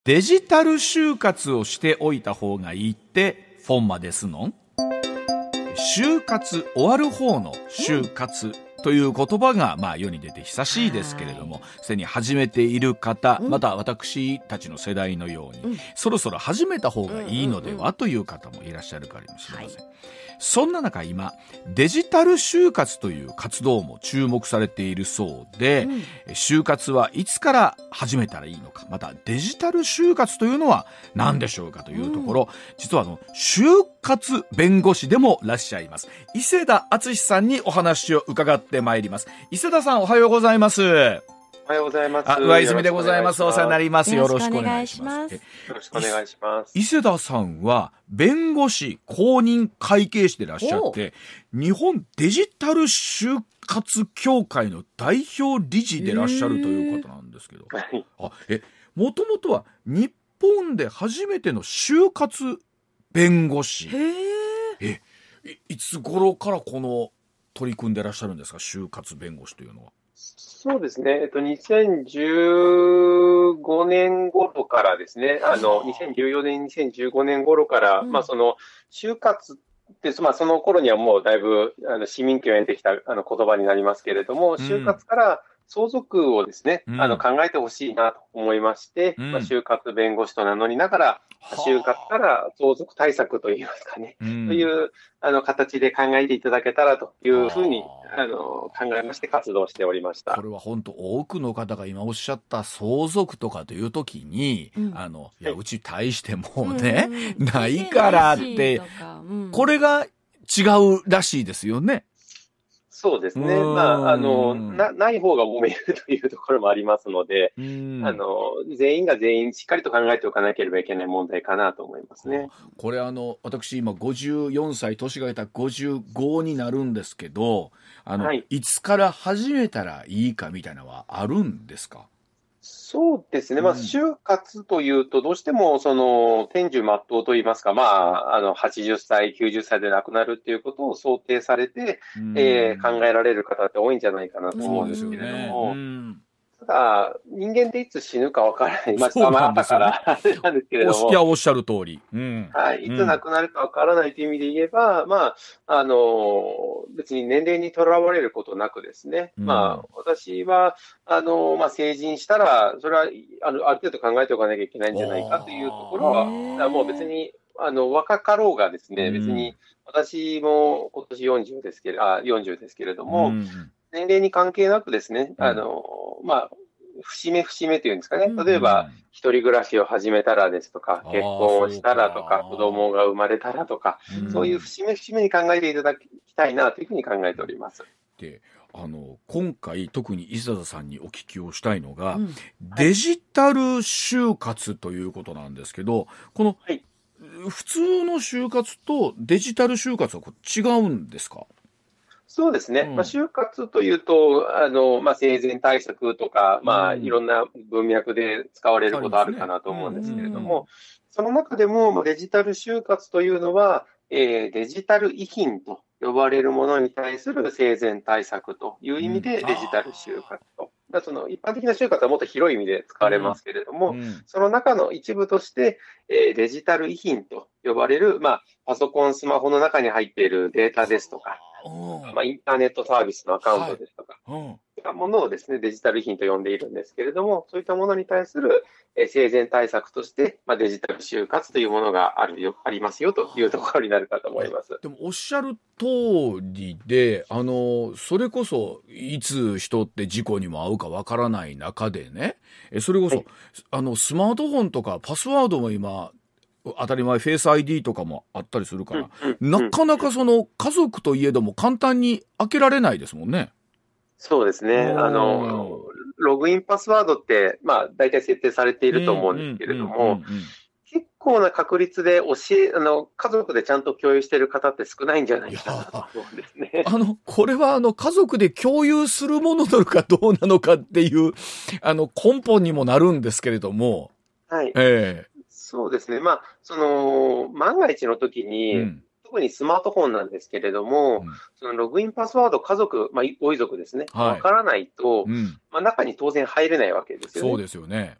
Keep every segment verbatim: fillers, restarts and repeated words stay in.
デジタル就活をしておいた方がいいってフォンマですのん。就活終わる方の就活という言葉がまあ世に出て久しいですけれども、すでに始めている方、また私たちの世代のように、うん、そろそろ始めた方がいいのではという方もいらっしゃるかもしれません、はい。そんな中今デジタル就活という活動も注目されているそうで、うん、就活はいつから始めたらいいのか、またデジタル就活というのは何でしょうかというところ、うん、実はあの就活弁護士でもいらっしゃいます伊勢田敦さんにお話を伺ってまいります。伊勢田さん、おはようございます。 おはようございます。 上泉でございます。お世話になります。よろしくお願いします。 よろしくお願いします。 伊勢田さんは弁護士公認会計士でいらっしゃって、日本デジタル就活協会の代表理事でいらっしゃるということなんですけど、あえもともとは日本で初めての就活弁護士。えいつ頃からこの取り組んでいらっしゃるんですか、就活弁護士というのは。 そうですね、えっと、にせんじゅうごねん頃からですね、あの、にせんじゅうよねん、にせんじゅうごねん頃から、うん、まあ、その、就活って、まあ、その頃にはもうだいぶ、あの、市民権を得てきた、あの、言葉になりますけれども、就活から相続をですね、うん、あの、考えてほしいなと思いまして、うん、まあ、就活弁護士と名乗りながら、就活から相続対策といいますかね、うん、というあの形で考えていただけたらというふうにあの考えまして活動しておりました。 これは本当多くの方が今おっしゃった相続とかという時に、うん、あのいやうち大してもうね、うん、ないからって、うん、これが違うらしいですよね。 そうですね。まあ、あの、な、ない方が揉めるというところもありますので、あの、全員が全員しっかりと考えておかなければいけない問題かなと思いますね。 これあの、私今ごじゅうよんさい、年がいたごじゅうごになるんですけど、あの、はい、いつから始めたらいいかみたいなのはあるんですか？ そうですね。まあ、就活というと、どうしても、その、天寿全うといいますか、まあ、あの、はちじゅっさい、きゅうじゅっさいで亡くなるっていうことを想定されて、えー、考えられる方って多いんじゃないかなと思うんですけれども、ただ、人間でいつ死ぬかわからない。まあ、まあ、後からあれなんですけれども。 いや、おっしゃる通り。 うん、はい。いつ亡くなるかわからないという意味で言えば、うん、まあ、あの、別に年齢にとらわれることなくですね。うん、まあ、私は、あの、まあ、成人したら、それは、ある、ある程度考えておかなきゃいけないんじゃないかというところは、もう別に、あの、若かろうがですね、別に、私も今年よんじゅうですけれど、あ、よんじゅうですけれども、うん、年齢に関係なくですね、あの、まあ、節目節目というんですかね。例えば、一人暮らしを始めたらですとか、結婚をしたらとか、子供が生まれたらとか、そういう節目節目に考えていただきたいなというふうに考えております。 で、あの、今回特に伊勢田さんにお聞きをしたいのが、うん、デジタル就活ということなんですけど、この、はい、普通の就活とデジタル就活は違うんですか？ そうですね。うん、まあ、就活というと、あの、まあ、生前対策とか、まあ、いろんな文脈で使われることあるかなと思うんですけれども、うん、その中でもデジタル就活というのは、えー、デジタル遺品と呼ばれるものに対する生前対策という意味でデジタル就活と。だその一般的な就活はもっと広い意味で使われますけれども、うんうん、その中の一部として、えー、デジタル遺品と呼ばれる、まあ、パソコン、スマホの中に入っているデータですとか、まあ、インターネットサービスのアカウントですとか、はい、そういったものをですね、デジタル遺品と呼んでいるんですけれども、そういったものに対する、えー、生前対策として、まあ、デジタル就活というものがあるよ、ありますよというところになるかと思います。 でもおっしゃる通りで、あの、それこそいつ人って事故にも遭うかわからない中でね、えそれこそ、はい、あの、スマートフォンとかパスワードも今、当たり前フェイス アイディー とかもあったりするから、うんうん、なかなかその家族といえども簡単に開けられないですもんね。 そうですね。あの、ログインパスワードって、まあ、大体設定されていると思うんですけれども、結構な確率で教え、あの、家族でちゃんと共有している方って少ないんじゃないかなと思うんですね。 あの、これはあの、家族で共有するものなのかどうなのかっていう、あの、根本にもなるんですけれども。 はい。 ええそうですね。まあ、その、万が一の時に、うん、特にスマートフォンなんですけれども、うん、そのログインパスワード、家族、まあ、ご遺族ですね。わ、はい、からないと、うん、まあ、中に当然入れないわけですよね。 そうですよね。うん。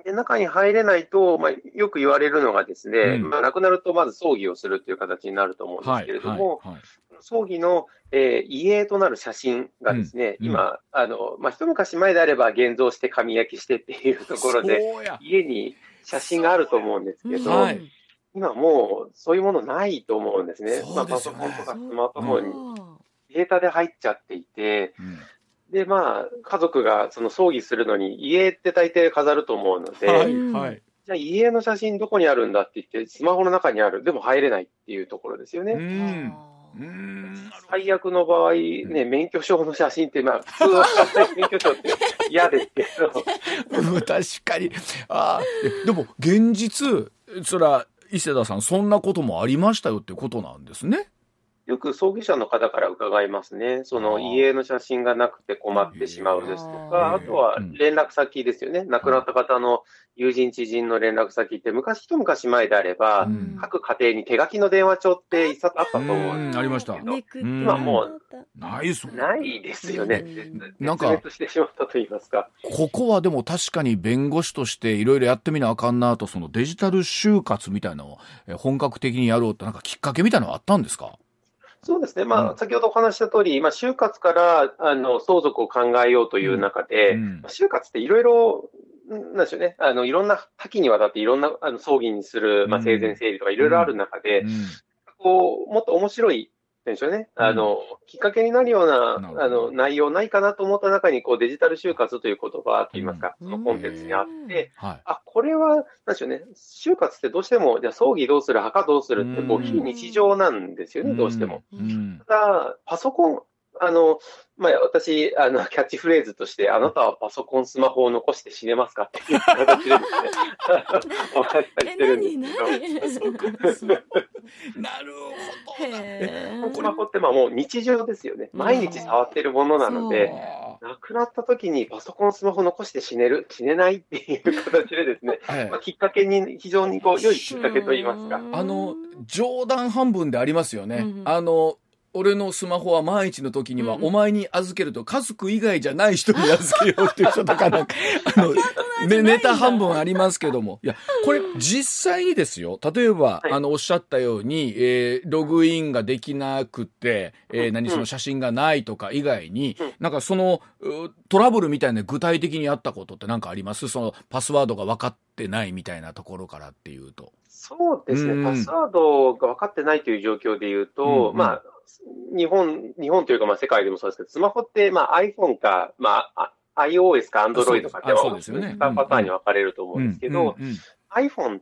で中に入れないと、まあ、よく言われるのがですね、 うんまあ、亡くなるとまず葬儀をするという形になると思うんですけれども、 はいはいはい、 葬儀の、えー遺影となる写真がですね、 うん今、あの、まあ、一昔前であれば現像して紙焼きしてっていうところで、 そうや、 家に写真があると思うんですけど、 はい、 今もうそういうものないと思うんですね。 そうまあ、 ですよねパソコンとかスマートフォンにデータで入っちゃっていて、 うんで、まあ、家族がその葬儀するのに家って大抵飾ると思うので、 はいはい、 じゃあ家の写真どこにあるんだって言って、スマホの中にある、でも入れないっていうところですようね。 んうん、 最悪の場合、ね、免許証の写真って、まあ、普通は免許証って嫌ですけど。 確かに。あでも、現実、そら、伊勢田さん、そんなこともありましたよってことなんですね。 よく葬儀社の方から伺いますね。その遺影の写真がなくて困ってしまうですとか、あとは連絡先ですよね。亡くなった方の友人知人の連絡先って、昔一昔前であれば、うん、各家庭に手書きの電話帳って一冊あったと思うんですけど、 ありました。 今もうないですないですよね。 なんか、 絶滅してしまったと言いますか。 ここはでも確かに弁護士としていろいろやってみなあかんなと、そのデジタル就活みたいなのを本格的にやろうってなんかきっかけみたいなのあったんですか？ そうですね。まあ、先ほどお話した通り、まあ、就活から、あの、相続を考えようという中で、うん、就活っていろいろ、なんでしょうね。あの、いろんな、多岐にわたっていろんな、あの、葬儀にする、まあ、生前整理とかいろいろある中で、うんうん、こう、もっと面白い、でしょうね。あの、うん、きっかけになるような、あの、内容ないかなと思った中に、こう、デジタル就活という言葉といいますか、うん、そのコンテンツにあって、はい、あ、これは、なんでしょうね。就活ってどうしても、じゃあ葬儀どうする、墓どうするって、こう、非日常なんですよね、どうしても。うん、ただ、パソコン、あの、まあ、私、あの、キャッチフレーズとして、あなたはパソコン、スマホを残して死ねますかっていう形でですね、お話ししてるんですけど。 なるほど。 スマホってまあもう日常ですよね。毎日触ってるものなので、亡くなった時にパソコン、スマホ残して死ねる、死ねないっていう形でですね、はい、まあ、きっかけに非常にこう良いきっかけといいますか。 あの、冗談半分でありますよね。うん、あの、俺のスマホは万一の時にはお前に預けると家族以外じゃない人に預けようっていう人とかなんか、あの、ね、ネタ半分ありますけども。いや、これ実際にですよ、例えば、はい、あの、おっしゃったように、えー、ログインができなくて、えー、何その写真がないとか以外に、うん、なんかその、トラブルみたいな具体的にあったことってなんかあります？その、パスワードが分かってないみたいなところからっていうと。 そうですね、パスワードが分かってないという状況で言うと、うんうん、まあ、日本、日本というか、まあ、世界でもそうですけど、スマホって、まあ、iPhone か、まあ、iOS か Android かって、 そうですよね。 にパターンに分かれると思うんですけど、iPhone って、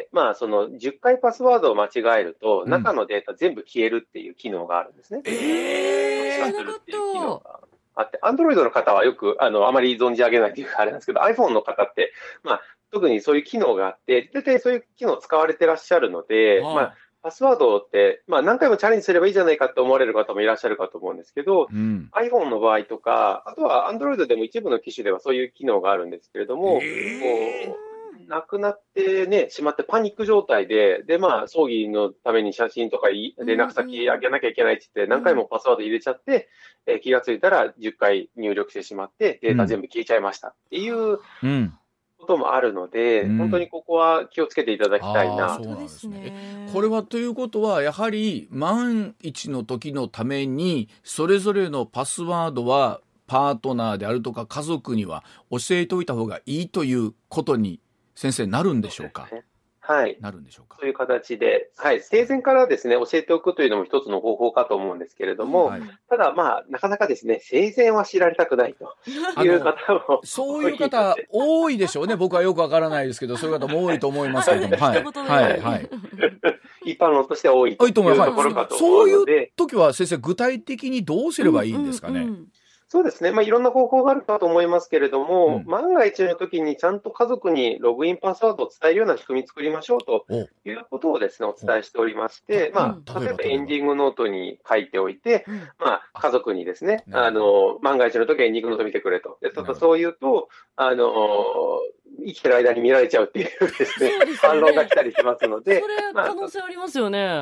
まあ、その、じゅっかいパスワードを間違えると、うん、中のデータ全部消えるっていう機能があるんですね。 えー、するっていう機能があって、Android の方はよく、あの、あまり存じ上げないというか、あれなんですけど、iPhone の方って、まあ、特にそういう機能があって、大体そういう機能を使われてらっしゃるので、はあ、まあ、パスワードって、まあ何回もチャレンジすればいいじゃないかって思われる方もいらっしゃるかと思うんですけど、うん、iPhone の場合とか、あとは Android でも一部の機種ではそういう機能があるんですけれども、えー、こう亡くなってね、しまってパニック状態で、で、まあ葬儀のために写真とか連絡先あげなきゃいけないって言って何回もパスワード入れちゃって、えー、気がついたらじゅっかい入力してしまってデータ全部消えちゃいましたっていう、うんうんこともあるので、うん、本当にここは気をつけていただきたいな。 そうなんですね。これはということはやはり万一の時のためにそれぞれのパスワードはパートナーであるとか家族には教えておいた方がいいということに先生なるんでしょうか？ はい。 なるんでしょうか。 そういう形で、はい。生前からですね、教えておくというのも一つの方法かと思うんですけれども、はい、ただまあ、なかなかですね、生前は知られたくないという方も。 そういう方多いでしょうね。僕はよくわからないですけど、そういう方も多いと思いますけども。はい。はい。はい。 一般論としては多いというところかと思うので。はい、 そういう時は先生、具体的にどうすればいいんですかね。うんうんうん、 そうですね。まあ、いろんな方法があるかと思いますけれども、うん、万が一の時にちゃんと家族にログインパスワードを伝えるような仕組みを作りましょうということをですね、お伝えしておりまして、まあ、例えばエンディングノートに書いておいて、うん、まあ、家族にですね、あの、万が一の時はエンディングノート見てくれと。で、ただそう言うと、あの、生きてる間に見られちゃうっていうですね、反論が来たりしますので。 それ可能性ありますよね。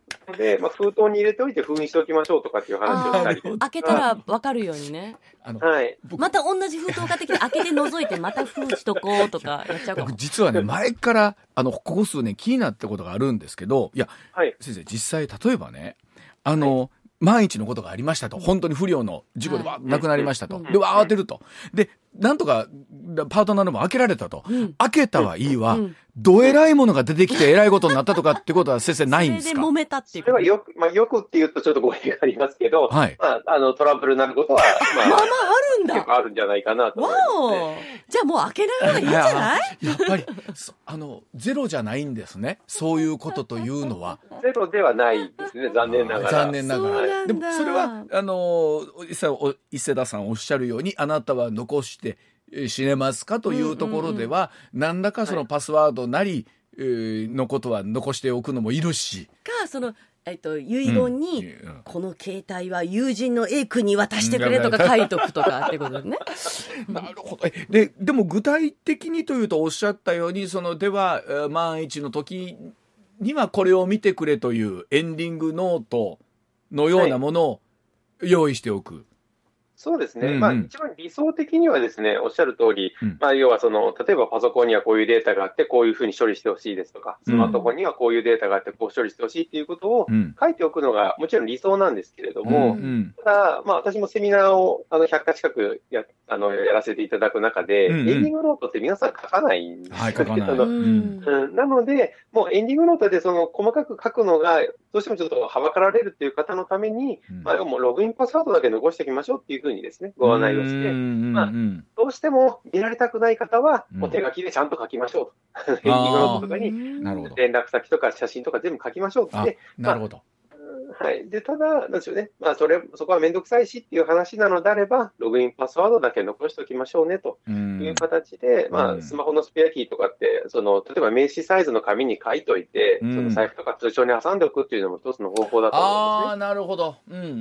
で、まあ、封筒に入れておいて封印しておきましょうとかっていう話をしたり。 開けたら分かるようにね。 あのはい。 また同じ封筒買ってきて開けて覗いてまた封しとこうとかやっちゃうかも。 僕実はね、前から、あの、ここ数年気になったことがあるんですけど、いや、 はい、 先生、実際、例えばね、あの、はい、万一のことがありましたと。本当に不良の事故でわー亡くなりましたと。で、わー慌てると。で、なんとか、パートナーでも開けられたと。うん、開けたはいいわ。うん、どえらいものが出てきてえらいことになったとかってことは先生ないんですか？ それで揉めたっていう。 それはよく、まあよくって言うとちょっと語弊がありますけど、はい。まあ、あの、トラブルになることは、まあ、 まあまああるんだ。 結構あるんじゃないかなと思いますね。 わお。じゃあもう開けない方がいいんじゃない？ やっぱり、あの、ゼロじゃないんですね。そういうことというのは。 ゼロではないですね、残念ながら。 残念ながら。 でも、それは、あの、伊勢田さんおっしゃるように、あなたは残して死ねますかというところでは、うんうんうん、何らかそのパスワードなり、はい、えー、のことは残しておくのもいるし。 か、その、えっと、遺言に、うん、この携帯は友人の A 君に渡してくれとか書いとくとかってことね。 なるほど。で、でも具体的にというとおっしゃったように、その、では、万一の時にはこれを見てくれというエンディングノートのようなものを用意しておく。はい、 そうですね。うんうん、まあ、一番理想的にはですね、おっしゃる通り、うん、まあ、要はその、例えばパソコンにはこういうデータがあって、こういうふうに処理してほしいですとか、スマートフォンにはこういうデータがあって、こう処理してほしいっていうことを書いておくのが、もちろん理想なんですけれども、うんうん、ただ、まあ、私もセミナーを、あの、ひゃっか近くや、あの、やらせていただく中で、うんうん、エンディングノートって皆さん書かないんですよね。 はい、書かない。 うん、なので、もうエンディングノートでその、細かく書くのが、どうしてもちょっとはばかられるっていう方のために、うん、まあ、もうログインパスワードだけ残しておきましょうっていうふうにですね、ご案内をして、まあ、どうしても見られたくない方は、お手書きでちゃんと書きましょうと。エンディングノートとかに、連絡先とか写真とか全部書きましょうって。 なるほど。 はい。で、ただ、なんでしょうね。まあ、それ、そこはめんどくさいしっていう話なのであれば、ログインパスワードだけ残しておきましょうね、という形で、まあ、スマホのスペアキーとかって、その、例えば名刺サイズの紙に書いといて、その財布とか通帳に挟んでおくっていうのも一つの方法だと思うんですね。 ああ、なるほど。うんうんうん。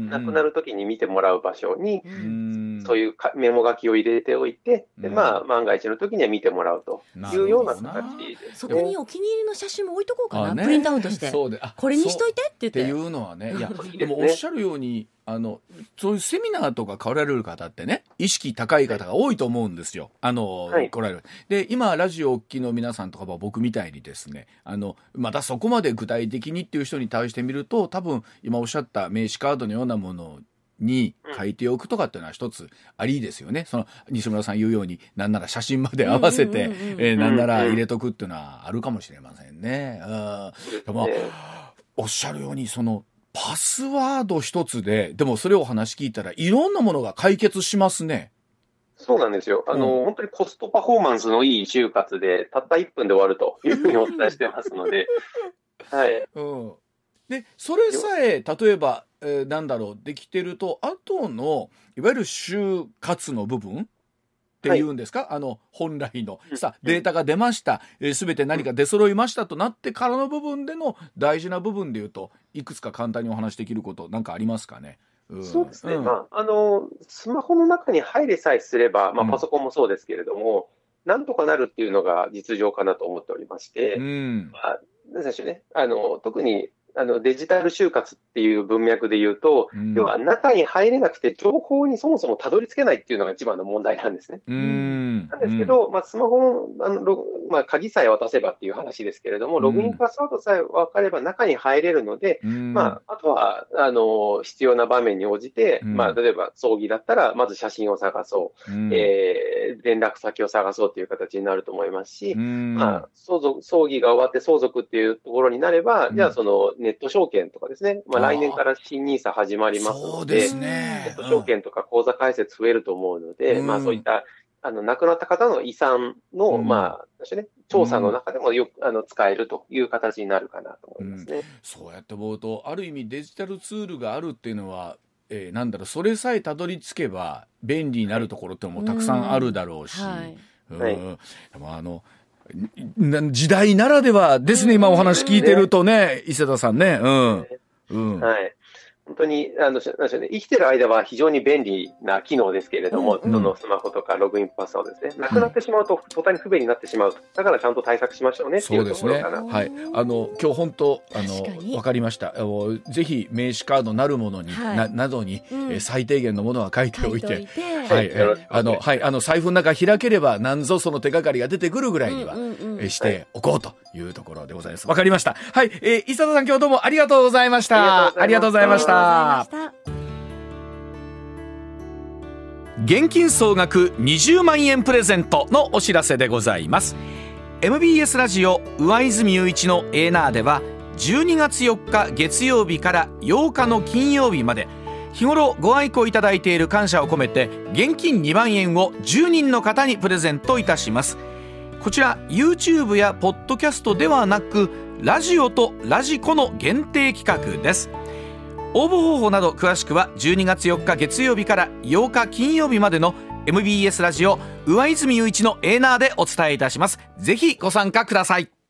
亡くなるときに見てもらう場所に、そういうメモ書きを入れておいて、で、まあ、万が一のときには見てもらうというような形で。 そこにお気に入りの写真も置いとこうかな。プリントアウトして。そうで、これにしといてって言って。 っていうのはね、いや、でもおっしゃるように、あの、そういうセミナーとか来られる方ってね、意識高い方が多いと思うんですよ。あの、はい、来られる。で、今、ラジオお聞きの皆さんとかは僕みたいにですね、あの、またそこまで具体的にっていう人に対してみると、多分、今おっしゃった名刺カードのようなものに書いておくとかっていうのは一つありですよね。その、西村さん言うように、なんなら写真まで合わせて、えー、なんなら入れとくっていうのはあるかもしれませんね。あでも、おっしゃるように、その、パスワード一つで、でもそれをお話聞いたらいろんなものが解決しますね。 そうなんですよ。あの、うん、本当にコストパフォーマンスのいい就活で、たったいっぷんで終わるというふうにお伝えしてますので、はい。 うん。で、それさえ、例えば、えー、なんだろう、できてると、あとの、いわゆる就活の部分っていうんですか、はい、あの、本来の、さ、データが出ました、す、えー、べて何か出揃いましたとなってからの部分での大事な部分で言うと、いくつか簡単にお話できること、なんかありますかね。 うん、そうですね。うん、まあ、あの、スマホの中に入れさえすれば、まあ、パソコンもそうですけれども、うん、なんとかなるっていうのが実情かなと思っておりまして、うん、まあ、なんでしょうね。あの、特に、あのデジタル就活っていう文脈で言うと、うん、要は中に入れなくて情報にそもそもたどり着けないっていうのが一番の問題なんですね。うん、なんですけど、うん、まあ、スマホの、あの、まあ、鍵さえ渡せばっていう話ですけれども、ログインパスワードさえ分かれば中に入れるので、うん、まあ、あとは、あの、必要な場面に応じて、うん、まあ、例えば葬儀だったら、まず写真を探そう、うん、えー、連絡先を探そうという形になると思いますし、うん、まあ、相続、葬儀が終わって相続っていうところになれば、うん、じゃあその、ネット証券とかですね。まあ来年から新ニーサ始まりますので、そうですね。ネット証券とか口座開設増えると思うので、うん、まあそういった、あの、亡くなった方の遺産の、うん、まあ、私ね、調査の中でもよく、あの、使えるという形になるかなと思いますね。うん、 そうやって思うと、ある意味デジタルツールがあるっていうのは、えー、なんだろう、それさえたどり着けば便利になるところってもたくさんあるだろうし、はい。うんはい、でもあの、時代ならではですね、今お話聞いてるとね、伊勢田さんね。うん。 うん。はい。 本当に、あの、なんでしょうね、生きてる間は非常に便利な機能ですけれども、 うんそのスマホとかログインパスワードですね。なくなってしまうと、途端に不便になってしまう。だからちゃんと対策しましょうねっていうところかな。 はい、あの今日本当あ確かにの分かりました。ぜひ名刺カードなるものに、 はい、 な, などに、 うんえー、最低限のものは書いておいて、 書いておいてはい、えー、あのはいあの財布の中開ければ何ぞその手がかりが出てくるぐらいには、 うんうんうんえー、しておこうというところでございます。わかりました。はい、えー、伊佐田さん今日どうもありがとうございました。ありがとうございました。現金総額にじゅうまんえんプレゼントのお知らせでございます。 エムビーエス ラジオ上泉雄一のエーナーではじゅうにがつよっか月曜日からようかの金曜日まで日頃ご愛顧いただいている感謝を込めて現金にまんえんをじゅうにんの方にプレゼントいたします。こちら YouTube やポッドキャストではなくラジオとラジコの限定企画です。応募方法など詳しくはじゅうにがつよっか月曜日からようか金曜日までの エムビーエス ラジオ上泉雄一のエーナーでお伝えいたします。ぜひご参加ください。